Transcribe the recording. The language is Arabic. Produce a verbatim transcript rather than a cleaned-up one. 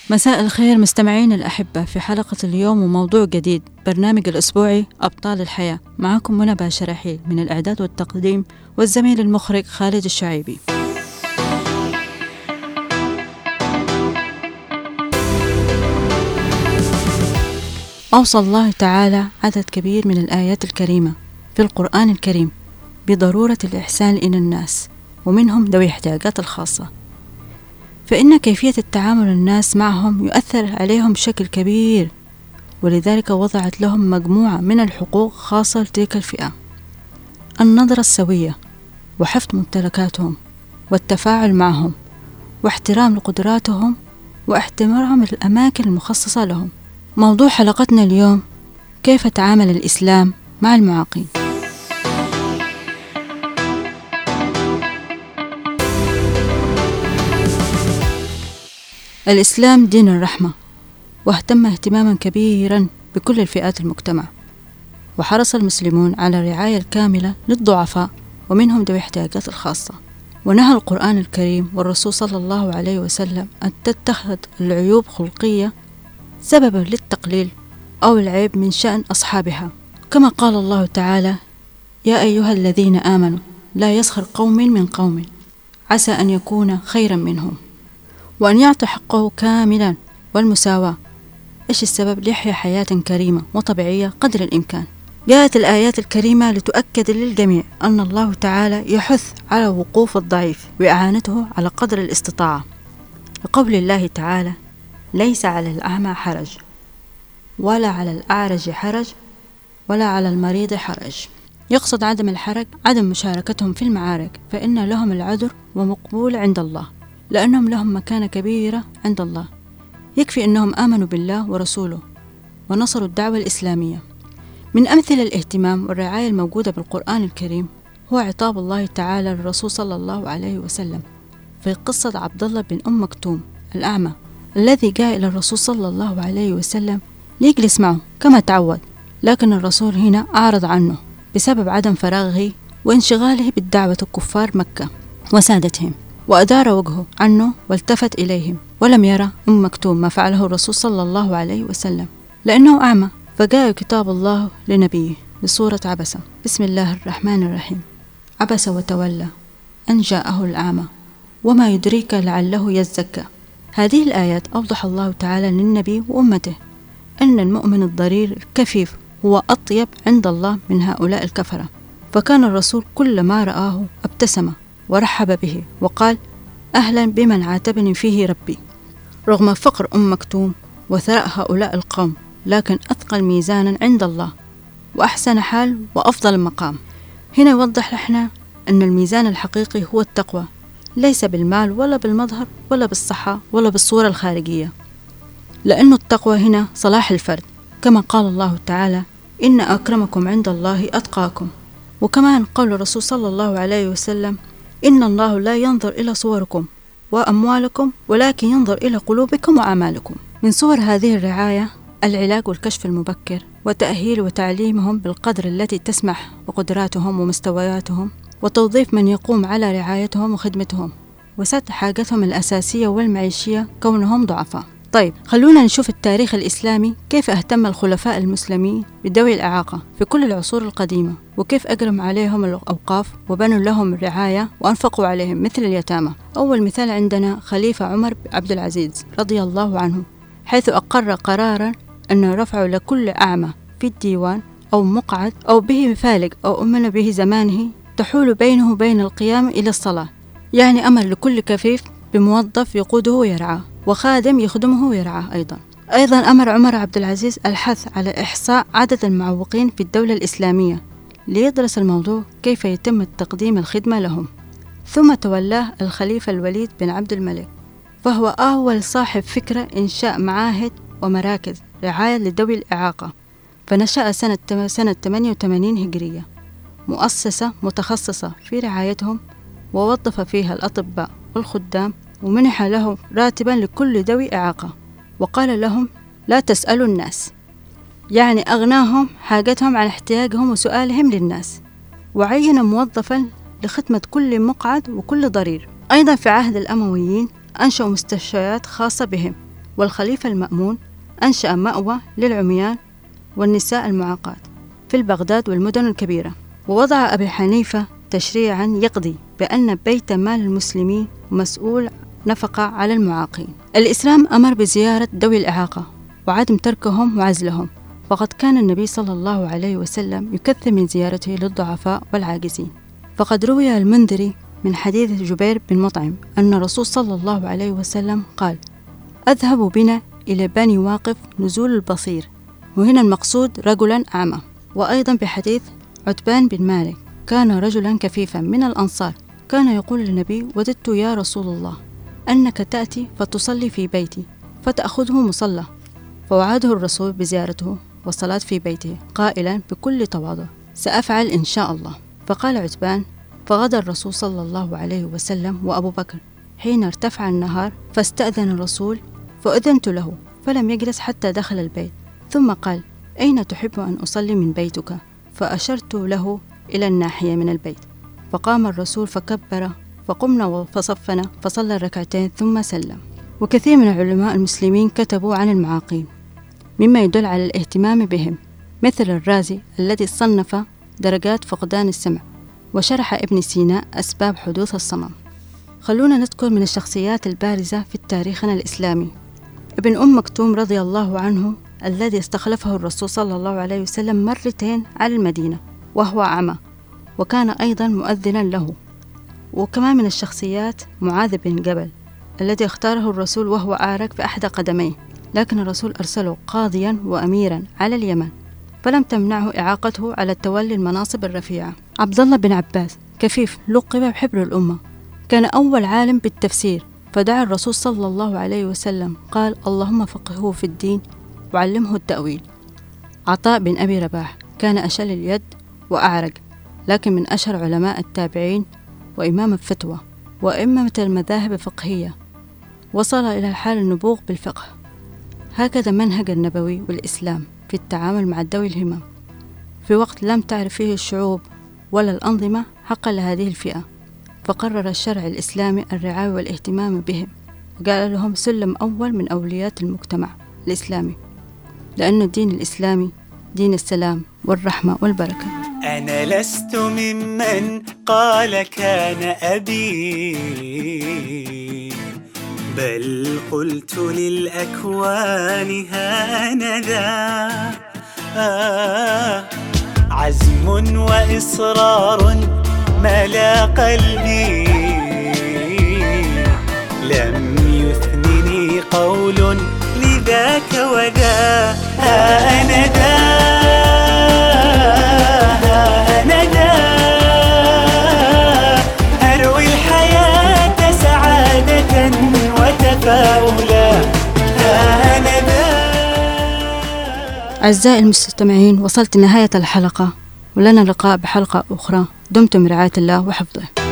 مساء الخير مستمعين الأحبة في حلقة اليوم وموضوع جديد، برنامج الأسبوعي أبطال الحياة. معكم منى باشرحيل من الإعداد والتقديم، والزميل المخرج خالد الشعيبي. أوصى الله تعالى عدد كبير من الآيات الكريمة في القرآن الكريم بضرورة الإحسان إلى الناس، ومنهم ذوي الاحتياجات الخاصة، فإن كيفية التعامل الناس معهم يؤثر عليهم بشكل كبير، ولذلك وضعت لهم مجموعة من الحقوق خاصة لتلك الفئة: النظرة السوية، وحفظ ممتلكاتهم، والتفاعل معهم، واحترام لقدراتهم، واحترام الأماكن المخصصة لهم. موضوع حلقتنا اليوم: كيف تعامل الإسلام مع المعاقين؟ الإسلام دين الرحمة، واهتم اهتماما كبيرا بكل الفئات المجتمع، وحرص المسلمون على الرعاية الكاملة للضعفاء ومنهم ذوي الاحتياجات الخاصة. ونهى القرآن الكريم والرسول صلى الله عليه وسلم أن تتخذ العيوب خلقية سببا للتقليل أو العيب من شأن أصحابها، كما قال الله تعالى: يا أيها الذين آمنوا لا يسخر قوم من قوم عسى أن يكون خيرا منهم، وأن يعطي حقه كاملا والمساواة. إيش السبب؟ ليحيا حياة كريمة وطبيعية قدر الإمكان. جاءت الآيات الكريمة لتؤكد للجميع أن الله تعالى يحث على وقوف الضعيف وإعانته على قدر الاستطاعة، لقول الله تعالى: ليس على الأعمى حرج، ولا على الأعرج حرج، ولا على المريض حرج. يقصد عدم الحرج عدم مشاركتهم في المعارك، فإن لهم العذر ومقبول عند الله، لأنهم لهم مكانة كبيرة عند الله. يكفي أنهم آمنوا بالله ورسوله ونصروا الدعوة الإسلامية. من أمثلة الاهتمام والرعاية الموجودة بالقرآن الكريم هو عطاب الله تعالى للرسول صلى الله عليه وسلم في قصة عبد الله بن أم مكتوم الأعمى، الذي جاء إلى الرسول صلى الله عليه وسلم ليجلس معه كما تعود، لكن الرسول هنا أعرض عنه بسبب عدم فراغه وانشغاله بالدعوة الكفار مكة وسادتهم، وأدار وجهه عنه والتفت إليهم، ولم يرى أم مكتوم ما فعله الرسول صلى الله عليه وسلم لأنه أعمى. فجاء كتاب الله لنبيه بسورة عبسة. بسم الله الرحمن الرحيم: عبس وتولى أن جاءه الأعمى وما يدريك لعله يزكى. هذه الآيات أوضح الله تعالى للنبي وأمته أن المؤمن الضرير الكفيف هو أطيب عند الله من هؤلاء الكفرة، فكان الرسول كلما رآه ابتسم ورحب به وقال: أهلا بمن عاتبني فيه ربي. رغم فقر أم مكتوم وثراء هؤلاء القوم، لكن أثقل ميزانا عند الله وأحسن حال وأفضل مقام. هنا يوضح لنا أن الميزان الحقيقي هو التقوى، ليس بالمال ولا بالمظهر ولا بالصحة ولا بالصورة الخارجية، لأن التقوى هنا صلاح الفرد، كما قال الله تعالى: إن أكرمكم عند الله أتقاكم. وكمان قول الرسول صلى الله عليه وسلم: إن الله لا ينظر إلى صوركم وأموالكم ولكن ينظر إلى قلوبكم وأعمالكم. من صور هذه الرعاية العلاج والكشف المبكر، وتأهيل وتعليمهم بالقدر التي تسمح بقدراتهم ومستوياتهم، وتوظيف من يقوم على رعايتهم وخدمتهم، وسد حاجتهم الأساسية والمعيشية كونهم ضعفاء. طيب، خلونا نشوف التاريخ الإسلامي كيف اهتم الخلفاء المسلمين بذوي الإعاقة في كل العصور القديمة، وكيف أجرم عليهم الأوقاف وبنوا لهم الرعاية وأنفقوا عليهم مثل اليتامى. أول مثال عندنا خليفة عمر بن عبد العزيز رضي الله عنه، حيث أقر قرارا أن رفع لكل أعمى في الديوان أو مقعد أو به فالق أو أمن به زمانه تحول بينه وبين القيام إلى الصلاة، يعني أمر لكل كفيف بموظف يقوده ويرعاه، وخادم يخدمه ويرعاه. أيضا أيضا أمر عمر عبد العزيز الحث على إحصاء عدد المعوقين في الدولة الإسلامية ليدرس الموضوع كيف يتم تقديم الخدمة لهم. ثم تولاه الخليفة الوليد بن عبد الملك، فهو أول صاحب فكرة إنشاء معاهد ومراكز رعاية لذوي الإعاقة، فنشأ سنة سنة ثمانية وثمانين هجرية مؤسسة متخصصة في رعايتهم، ووظف فيها الأطباء والخدام، ومنح لهم راتبا لكل ذوي إعاقة، وقال لهم: لا تسألوا الناس، يعني أغناهم حاجتهم عن احتياجهم وسؤالهم للناس، وعين موظفا لخدمة كل مقعد وكل ضرير. أيضا في عهد الأمويين أنشأوا مستشفيات خاصة بهم، والخليفة المأمون أنشأ مأوى للعميان والنساء المعاقات في البغداد والمدن الكبيرة. ووضع أبي حنيفة تشريعا يقضي بأن بيت مال المسلمين مسؤول نفقة على المعاقين. الإسلام أمر بزيارة ذوي الإعاقة وعدم تركهم وعزلهم، وقد كان النبي صلى الله عليه وسلم يكثر من زيارته للضعفاء والعاجزين. فقد روي المنذري من حديث جبير بن مطعم أن الرسول صلى الله عليه وسلم قال: أذهب بنا إلى بني واقف نزول البصير، وهنا المقصود رجلا أعمى. وأيضا بحديث عتبان بن مالك كان رجلا كفيفا من الأنصار، كان يقول للنبي: وددت يا رسول الله أنك تأتي فتصلي في بيتي فتأخذه مصلى. فوعده الرسول بزيارته والصلاة في بيته قائلا بكل تواضع: سأفعل إن شاء الله. فقال عتبان: فغدا الرسول صلى الله عليه وسلم وأبو بكر حين ارتفع النهار، فاستأذن الرسول فأذنت له، فلم يجلس حتى دخل البيت، ثم قال: أين تحب أن أصلي من بيتك؟ فأشرت له إلى الناحية من البيت، فقام الرسول فكبر، فقمنا فصفنا فصلى الركعتين ثم سلم. وكثير من علماء المسلمين كتبوا عن المعاقين مما يدل على الاهتمام بهم، مثل الرازي الذي صنف درجات فقدان السمع، وشرح ابن سينا أسباب حدوث الصمم. خلونا نذكر من الشخصيات البارزة في تاريخنا الإسلامي ابن أم مكتوم رضي الله عنه، الذي استخلفه الرسول صلى الله عليه وسلم مرتين على المدينة وهو أعمى، وكان أيضا مؤذنا له. وكمان من الشخصيات معاذ بن جبل الذي اختاره الرسول وهو أعرج في أحد قدميه، لكن الرسول أرسله قاضيا وأميرا على اليمن، فلم تمنعه إعاقته على التولي المناصب الرفيعة. عبد الله بن عباس كفيف لقب بحبر الأمة، كان أول عالم بالتفسير، فدعا الرسول صلى الله عليه وسلم قال: اللهم فقهه في الدين وعلمه التأويل. عطاء بن أبي رباح كان أشل اليد وأعرج، لكن من أشهر علماء التابعين وإمام الفتوى وإمامة المذاهب الفقهية، وصل إلى حال النبوغ بالفقه. هكذا منهج النبوي والإسلام في التعامل مع ذوي الهمم في وقت لم تعرف فيه الشعوب ولا الأنظمة حقا لهذه الفئة، فقرر الشرع الإسلامي الرعاية والاهتمام بهم، وقال لهم سلم أول من أولويات المجتمع الإسلامي، لأن الدين الإسلامي دين السلام والرحمة والبركة. أنا لست ممن قال كان أبي، بل قلت للأكوان هانذا. آه عزم وإصرار ملا قلبي، لم يثنني قول لذاك وذا. ها أنا ذا، ها أنا ذا، أروي الحياة سعادة وتفاؤلا. ها أنا ذا. أعزائي المستمعين، وصلت نهاية الحلقة، ولنا لقاء بحلقة أخرى. دمتم برعاية الله وحفظه.